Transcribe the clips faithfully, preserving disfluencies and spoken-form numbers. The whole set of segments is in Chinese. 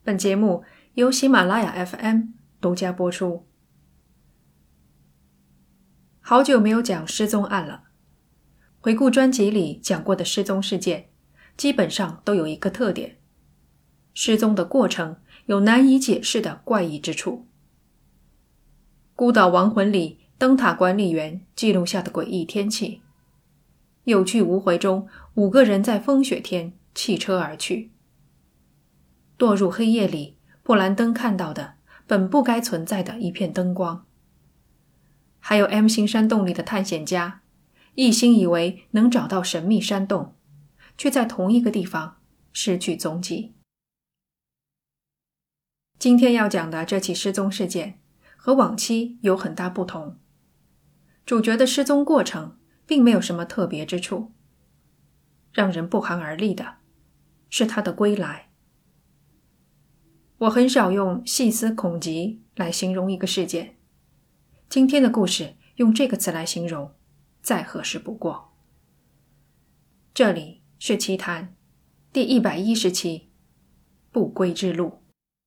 本节目由喜马拉雅 F M 独家播出。好久没有讲失踪案了，回顾专辑里讲过的失踪事件，基本上都有一个特点：失踪的过程有难以解释的怪异之处。孤岛亡魂里灯塔管理员记录下的诡异天气，有去无回中五个人在风雪天弃车而去，堕入黑夜里布兰登看到的本不该存在的一片灯光，还有 M 型山洞里的探险家一心以为能找到神秘山洞，却在同一个地方失去踪迹。今天要讲的这起失踪事件和往期有很大不同，主角的失踪过程并没有什么特别之处，让人不寒而栗的是他的归来。我很少用细思恐极来形容一个事件，今天的故事用这个词来形容再合适不过。这里是奇谈第一百一十期，不归之路。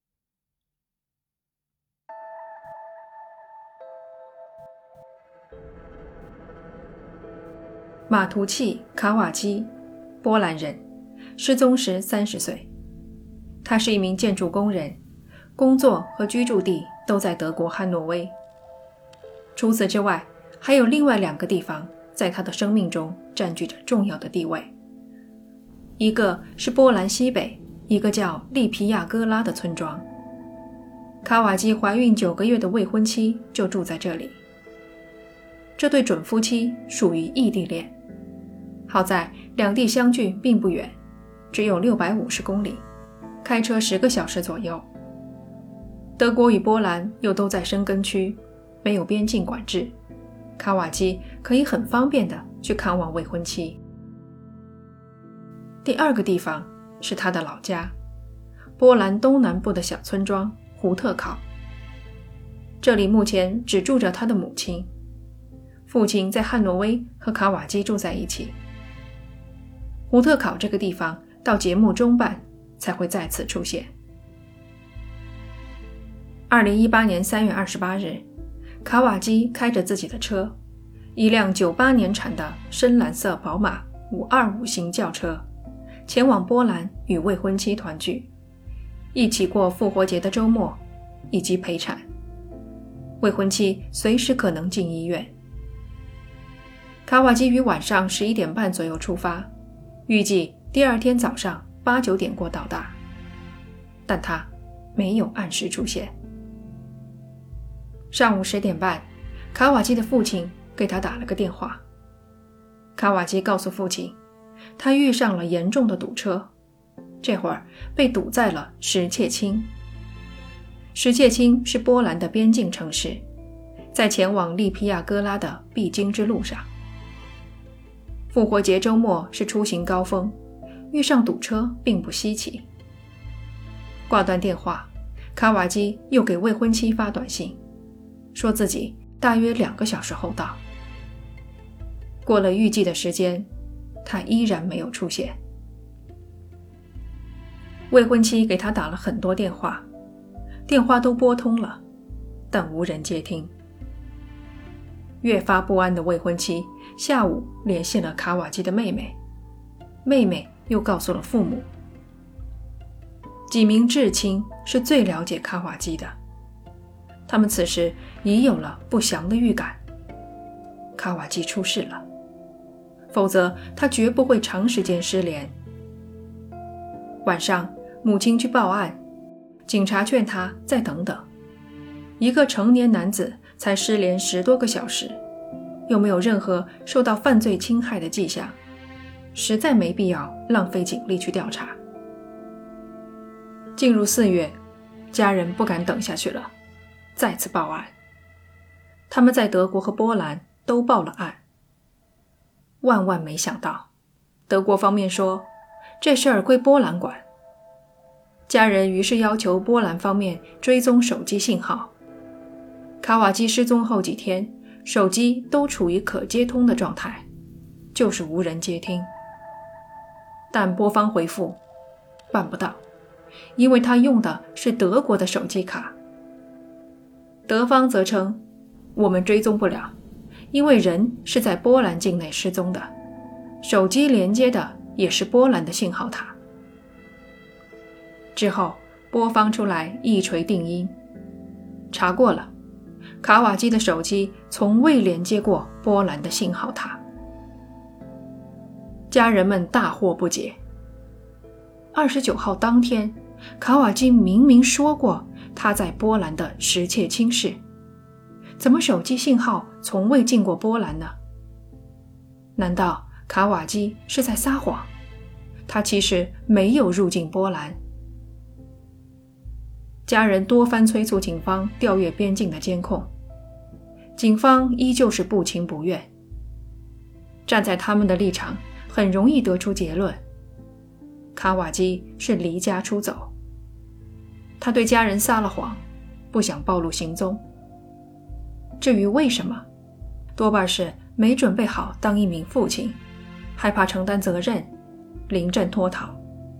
马图契·卡瓦基，波兰人，失踪时三十岁。他是一名建筑工人，工作和居住地都在德国汉诺威。除此之外，还有另外两个地方在他的生命中占据着重要的地位。一个是波兰西北一个叫利皮亚戈拉的村庄，卡瓦基怀孕九个月的未婚妻就住在这里。这对准夫妻属于异地恋，好在两地相距并不远，只有六百五十公里，开车十个小时左右。德国与波兰又都在申根区，没有边境管制，卡瓦基可以很方便地去看望未婚妻。第二个地方是他的老家，波兰东南部的小村庄胡特考。这里目前只住着他的母亲，父亲在汉诺威和卡瓦基住在一起。胡特考这个地方到节目中半才会再次出现。二零一八年三月二十八日，卡瓦基开着自己的车，一辆九八年产的深蓝色宝马五二五型轿车，前往波兰与未婚妻团聚，一起过复活节的周末以及陪产。未婚妻随时可能进医院。卡瓦基于晚上十一点半左右出发，预计第二天早上八九点过到达，但他没有按时出现。上午十点半，卡瓦基的父亲给他打了个电话。卡瓦基告诉父亲，他遇上了严重的堵车，这会儿被堵在了什切清。什切清是波兰的边境城市，在前往利皮亚戈拉的必经之路上。复活节周末是出行高峰，遇上堵车并不稀奇。挂断电话，卡瓦基又给未婚妻发短信，说自己大约两个小时后到。过了预计的时间，他依然没有出现。未婚妻给他打了很多电话，电话都拨通了，但无人接听。越发不安的未婚妻下午联系了卡瓦基的妹妹，妹妹又告诉了父母。几名至亲是最了解卡瓦基的，他们此时已有了不祥的预感。卡瓦基出事了，否则他绝不会长时间失联。晚上，母亲去报案，警察劝他再等等。一个成年男子才失联十多个小时，又没有任何受到犯罪侵害的迹象，实在没必要浪费警力去调查。进入四月，家人不敢等下去了，再次报案。他们在德国和波兰都报了案。万万没想到，德国方面说这事儿归波兰管。家人于是要求波兰方面追踪手机信号。卡瓦基失踪后几天，手机都处于可接通的状态，就是无人接听。但波方回复办不到， 因为他用的是德国的手机卡。德方则称，我们追踪不了，因为人是在波兰境内失踪的，手机连接的也是波兰的信号塔。之后波方出来一锤定音，查过了，卡瓦基的手机从未连接过波兰的信号塔。家人们大惑不解。二十九号当天，卡瓦基明明说过他在波兰的石切青市，怎么手机信号从未进过波兰呢？难道卡瓦基是在撒谎？他其实没有入境波兰。家人多番催促警方调阅边境的监控，警方依旧是不情不愿。站在他们的立场，很容易得出结论，卡瓦基是离家出走。他对家人撒了谎，不想暴露行踪。至于为什么，多半是没准备好当一名父亲，害怕承担责任，临阵脱逃。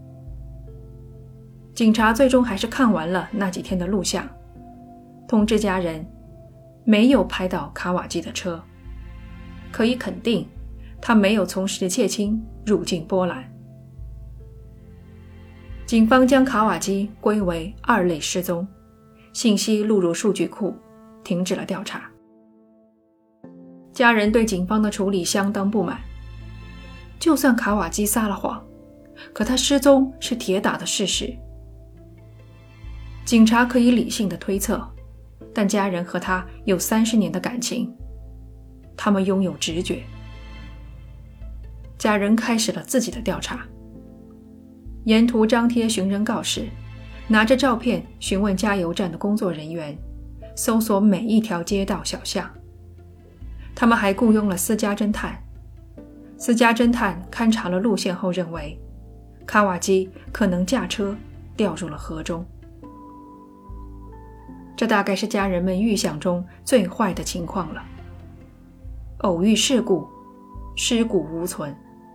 警察最终还是看完了那几天的录像，通知家人没有拍到卡瓦基的车，可以肯定他没有从石切青入境波兰。警方将卡瓦基归为二类失踪，信息录入数据库，停止了调查。家人对警方的处理相当不满，就算卡瓦基撒了谎，可他失踪是铁打的事实。警察可以理性的推测，但家人和他有三十年的感情，他们拥有直觉。家人开始了自己的调查，沿途张贴寻人告示，拿着照片询问加油站的工作人员，搜索每一条街道小巷。他们还雇佣了私家侦探。私家侦探勘察了路线后认为，卡瓦基可能驾车掉入了河中。这大概是家人们预想中最坏的情况了。偶遇事故，尸骨无存。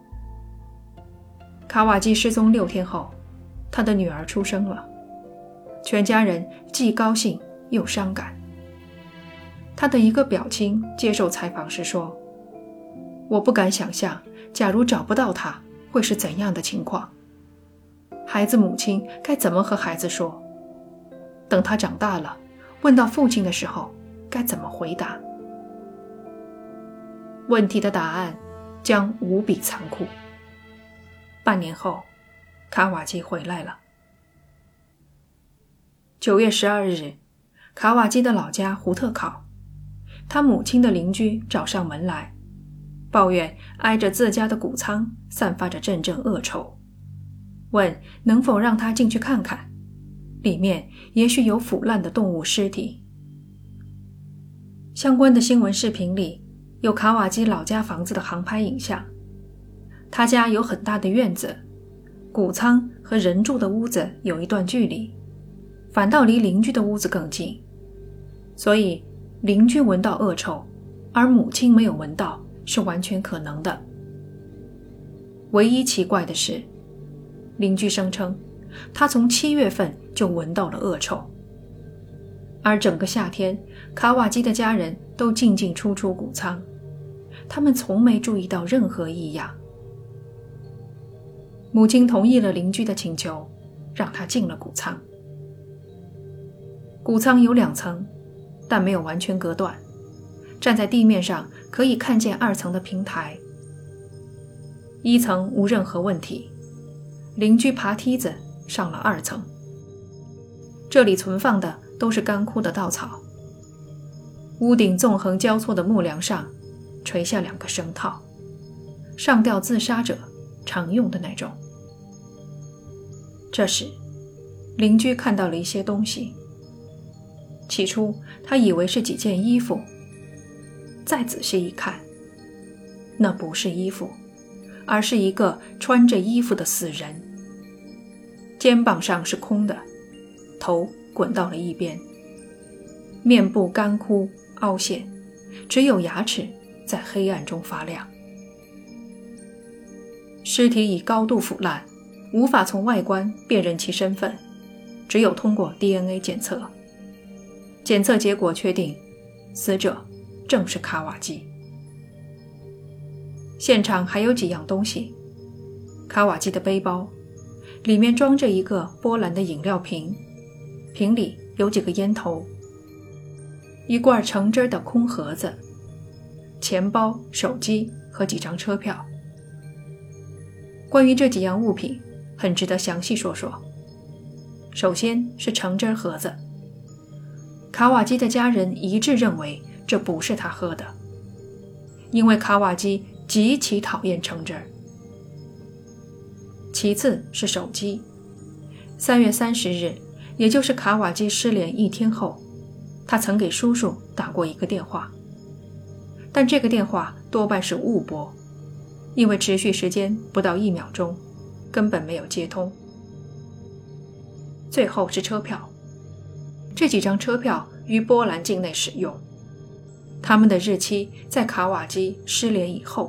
卡瓦基失踪六天后，他的女儿出生了，全家人既高兴又伤感。他的一个表亲接受采访时说，我不敢想象假如找不到他会是怎样的情况，孩子母亲该怎么和孩子说，等他长大了问到父亲的时候该怎么回答。问题的答案将无比残酷。半年后，卡瓦基回来了。九月十二日，卡瓦基的老家胡特考，他母亲的邻居找上门来，抱怨挨着自家的谷仓散发着阵阵恶臭，问能否让他进去看看，里面也许有腐烂的动物尸体。相关的新闻视频里有卡瓦基老家房子的航拍影像，他家有很大的院子，谷仓和人住的屋子有一段距离，反倒离邻居的屋子更近，所以邻居闻到恶臭，而母亲没有闻到是完全可能的。唯一奇怪的是，邻居声称他从七月份就闻到了恶臭，而整个夏天卡瓦基的家人都进进出出谷仓，他们从没注意到任何异样。母亲同意了邻居的请求，让他进了谷仓。谷仓有两层，但没有完全隔断，站在地面上可以看见二层的平台。一层无任何问题，邻居爬梯子上了二层。这里存放的都是干枯的稻草。屋顶纵横交错的木梁上垂下两个绳套，上吊自杀者常用的那种。这时，邻居看到了一些东西。起初，他以为是几件衣服，再仔细一看，那不是衣服，而是一个穿着衣服的死人。肩膀上是空的，头滚到了一边，面部干枯凹陷，只有牙齿在黑暗中发亮。尸体已高度腐烂，无法从外观辨认其身份， 只有通过 D N A 检测。检测结果确定，死者正是卡瓦基。现场还有几样东西：卡瓦基的背包，里面装着一个波兰的饮料瓶，瓶里有几个烟头，一罐橙汁的空盒子，钱包、手机和几张车票。关于这几样物品，很值得详细说说。首先是橙汁盒子，卡瓦基的家人一致认为这不是他喝的，因为卡瓦基极其讨厌橙汁。其次是手机，三月三十日，也就是卡瓦基失联一天后，他曾给叔叔打过一个电话，但这个电话多半是误拨，因为持续时间不到一秒钟，根本没有接通。最后是车票，这几张车票于波兰境内使用，他们的日期在卡瓦基失联以后。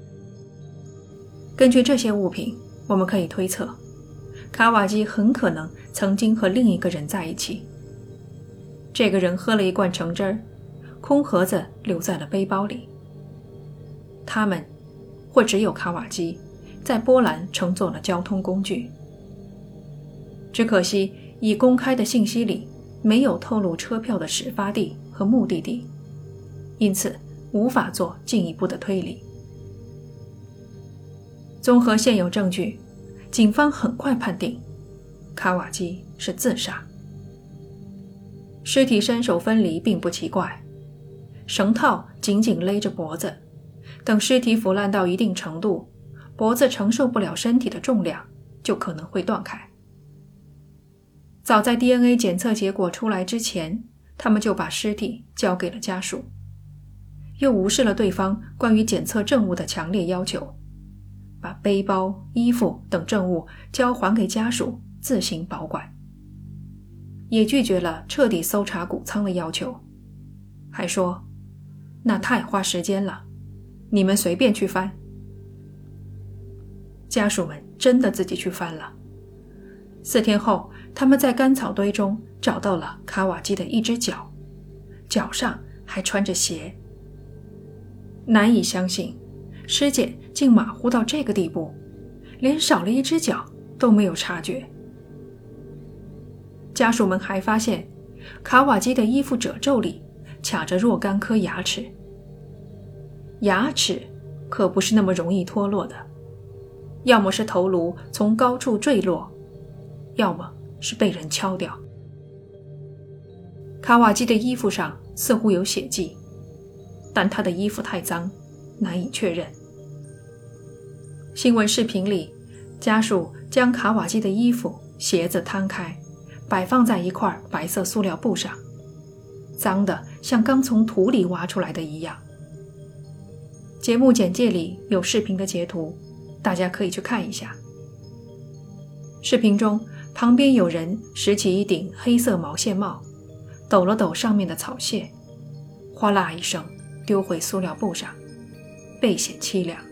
根据这些物品，我们可以推测，卡瓦基很可能曾经和另一个人在一起。这个人喝了一罐橙汁儿，空盒子留在了背包里。他们，或只有卡瓦基，在波兰乘坐了交通工具。只可惜，已公开的信息里没有透露车票的始发地和目的地，因此无法做进一步的推理。综合现有证据，警方很快判定卡瓦基是自杀。尸体身首分离并不奇怪，绳套紧紧勒着脖子，等尸体腐烂到一定程度，脖子承受不了身体的重量，就可能会断开。早在 D N A 检测结果出来之前，他们就把尸体交给了家属，又无视了对方关于检测证物的强烈要求，把背包、衣服等证物交还给家属自行保管，也拒绝了彻底搜查谷仓的要求，还说那太花时间了，你们随便去翻。家属们真的自己去翻了。四天后，他们在干草堆中找到了卡瓦基的一只脚，脚上还穿着鞋。难以相信，尸检竟马虎到这个地步，连少了一只脚都没有察觉。家属们还发现，卡瓦基的衣服褶皱里卡着若干颗牙齿。牙齿可不是那么容易脱落的，要么是头颅从高处坠落，要么是被人敲掉。卡瓦基的衣服上似乎有血迹，但他的衣服太脏，难以确认。新闻视频里，家属将卡瓦基的衣服、鞋子摊开，摆放在一块白色塑料布上，脏得像刚从土里挖出来的一样。节目简介里有视频的截图，大家可以去看一下。视频中，旁边有人拾起一顶黑色毛线帽，抖了抖上面的草屑，哗啦一声丢回塑料布上，倍显凄凉。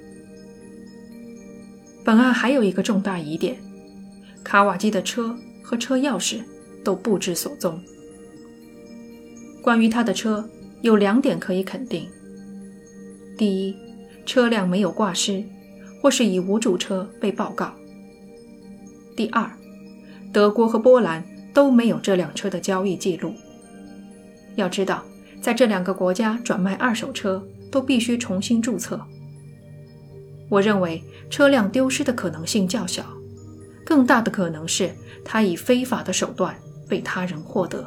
本案还有一个重大疑点，卡瓦基的车和车钥匙都不知所踪。关于他的车，有两点可以肯定：第一，车辆没有挂失，或是以无主车被报告；第二，德国和波兰都没有这辆车的交易记录。要知道，在这两个国家转卖二手车都必须重新注册。我认为车辆丢失的可能性较小，更大的可能是他以非法的手段被他人获得。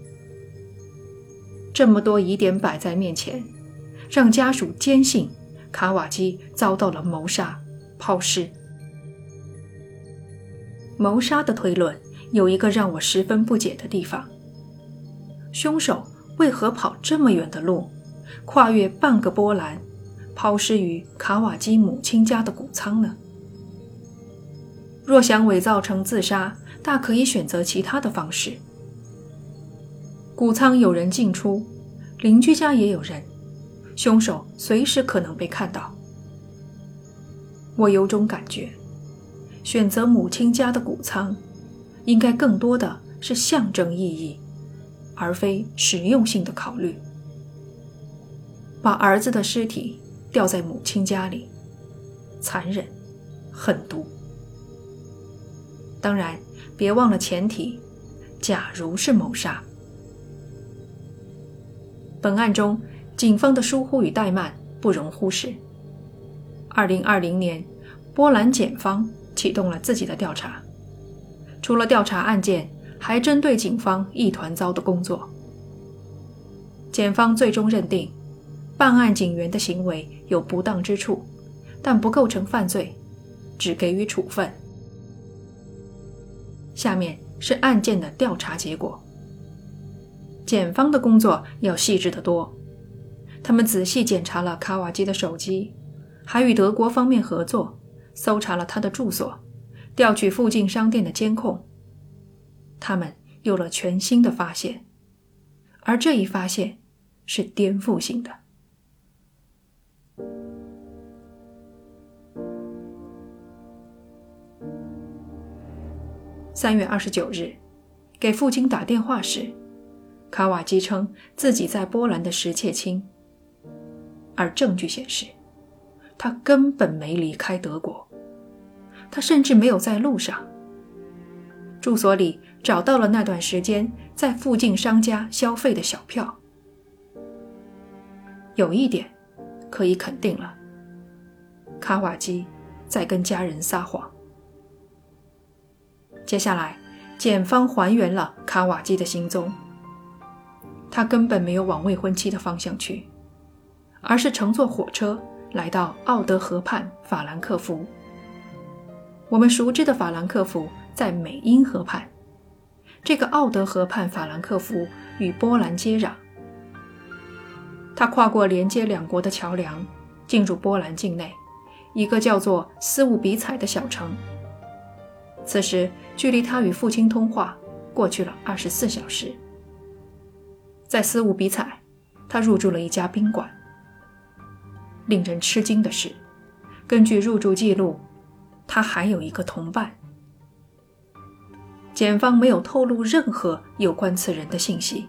这么多疑点摆在面前，让家属坚信卡瓦基遭到了谋杀、抛尸。谋杀的推论有一个让我十分不解的地方：凶手为何跑这么远的路，跨越半个波兰，抛尸于卡瓦基母亲家的谷仓呢？若想伪造成自杀，大可以选择其他的方式。谷仓有人进出，邻居家也有人，凶手随时可能被看到。我有种感觉，选择母亲家的谷仓，应该更多的是象征意义，而非实用性的考虑。把儿子的尸体吊在母亲家里，残忍、狠毒。当然，别忘了前提，假如是谋杀。本案中，警方的疏忽与怠慢不容忽视。二零二零年，波兰检方启动了自己的调查，除了调查案件，还针对警方一团糟的工作。检方最终认定，办案警员的行为有不当之处，但不构成犯罪，只给予处分。下面是案件的调查结果。检方的工作要细致得多，他们仔细检查了卡瓦基的手机，还与德国方面合作，搜查了他的住所，调取附近商店的监控。他们有了全新的发现，而这一发现是颠覆性的。三月二十九日，给父亲打电话时，卡瓦基称自己在波兰的石切青，而证据显示，他根本没离开德国，他甚至没有在路上。住所里找到了那段时间在附近商家消费的小票。有一点可以肯定了，卡瓦基在跟家人撒谎。接下来，检方还原了卡瓦基的行踪。他根本没有往未婚妻的方向去，而是乘坐火车来到奥德河畔法兰克福。我们熟知的法兰克福在美因河畔，这个奥德河畔法兰克福与波兰接壤。他跨过连接两国的桥梁，进入波兰境内一个叫做斯乌比采的小城。此时距离他与父亲通话过去了二十四小时。在斯乌比采，他入住了一家宾馆。令人吃惊的是，根据入住记录，他还有一个同伴。检方没有透露任何有关此人的信息。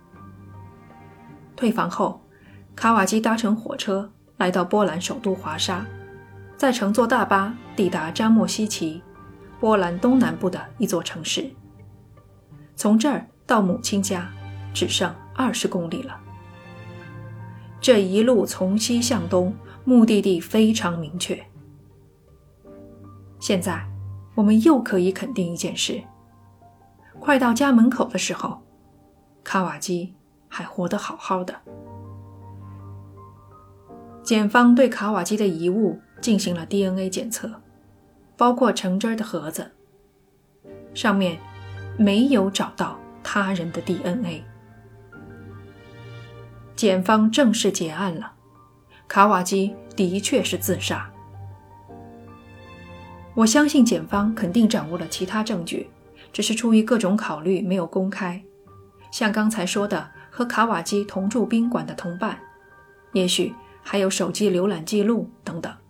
退房后，卡瓦基搭乘火车来到波兰首都华沙，再乘坐大巴抵达扎莫西奇，波兰东南部的一座城市。从这儿到母亲家只剩二十公里了。这一路从西向东，目的地非常明确。现在我们又可以肯定一件事，快到家门口的时候，卡瓦基还活得好好的。检方对卡瓦基的遗物进行了 D N A 检测，包括橙汁的盒子，上面没有找到他人的 D N A。 检方正式结案了，卡瓦基的确是自杀。我相信检方肯定掌握了其他证据，只是出于各种考虑没有公开，像刚才说的和卡瓦基同住宾馆的同伴，也许还有手机浏览记录等等。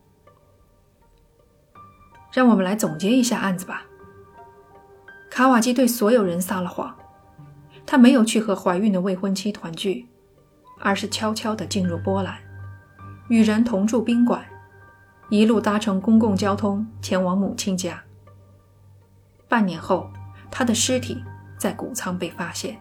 让我们来总结一下案子吧。卡瓦基对所有人撒了谎，他没有去和怀孕的未婚妻团聚，而是悄悄地进入波兰，与人同住宾馆，一路搭乘公共交通前往母亲家。半年后，他的尸体在谷仓被发现。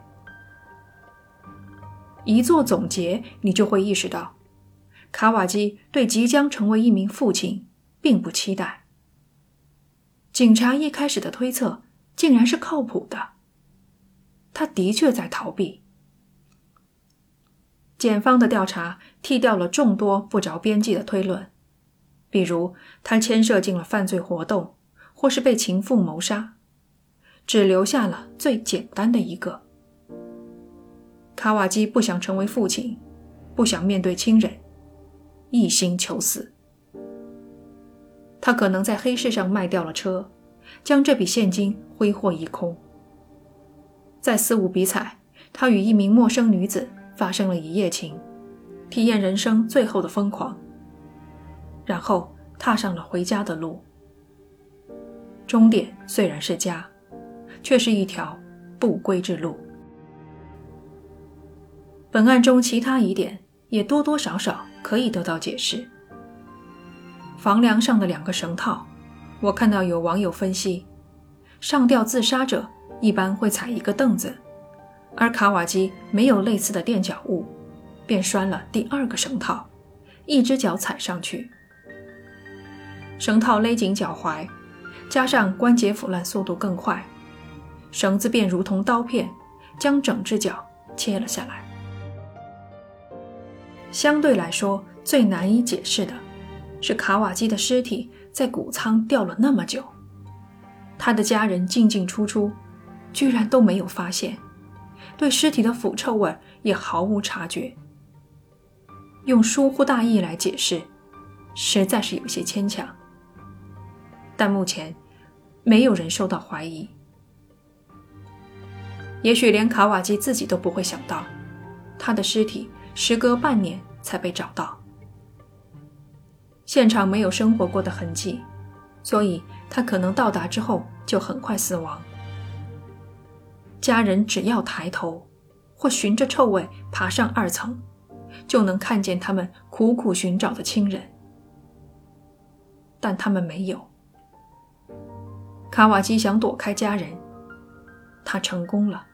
一做总结，你就会意识到，卡瓦基对即将成为一名父亲并不期待。警察一开始的推测竟然是靠谱的，他的确在逃避。检方的调查剔掉了众多不着边际的推论，比如他牵涉进了犯罪活动，或是被情妇谋杀，只留下了最简单的一个。卡瓦基不想成为父亲，不想面对亲人，一心求死。他可能在黑市上卖掉了车，将这笔现金挥霍一空。在斯乌比采，他与一名陌生女子发生了一夜情，体验人生最后的疯狂，然后踏上了回家的路。终点虽然是家，却是一条不归之路。本案中其他疑点也多多少少可以得到解释。房梁上的两个绳套，我看到有网友分析，上吊自杀者一般会踩一个凳子，而卡瓦基没有类似的垫脚物，便拴了第二个绳套，一只脚踩上去。绳套勒紧脚踝，加上关节腐烂速度更快，绳子便如同刀片，将整只脚切了下来。相对来说，最难以解释的是卡瓦基的尸体在谷仓吊了那么久，他的家人进进出出，居然都没有发现，对尸体的腐臭味也毫无察觉。用疏忽大意来解释，实在是有些牵强。但目前没有人受到怀疑。也许连卡瓦基自己都不会想到，他的尸体时隔半年才被找到。现场没有生活过的痕迹，所以他可能到达之后就很快死亡。家人只要抬头或循着臭味爬上二层，就能看见他们苦苦寻找的亲人，但他们没有。卡瓦基想躲开家人，他成功了。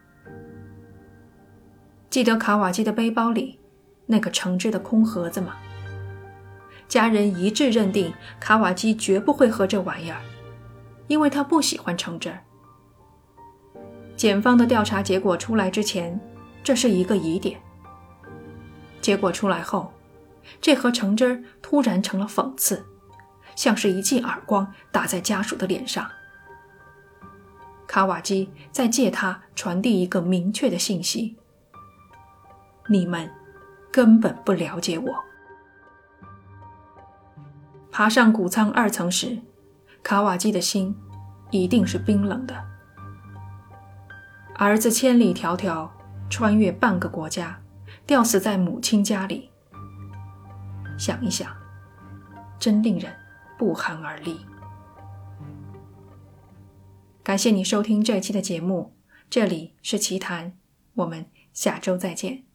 记得卡瓦基的背包里那个橙汁的空盒子吗？家人一致认定卡瓦基绝不会喝这玩意儿，因为他不喜欢橙汁。检方的调查结果出来之前，这是一个疑点。结果出来后，这盒橙汁突然成了讽刺，像是一记耳光打在家属的脸上。卡瓦基在借他传递一个明确的信息：你们根本不了解我。爬上谷仓二层时，卡瓦基的心一定是冰冷的。儿子千里迢迢穿越半个国家，吊死在母亲家里，想一想，真令人不寒而栗。感谢你收听这一期的节目，这里是奇谈，我们下周再见。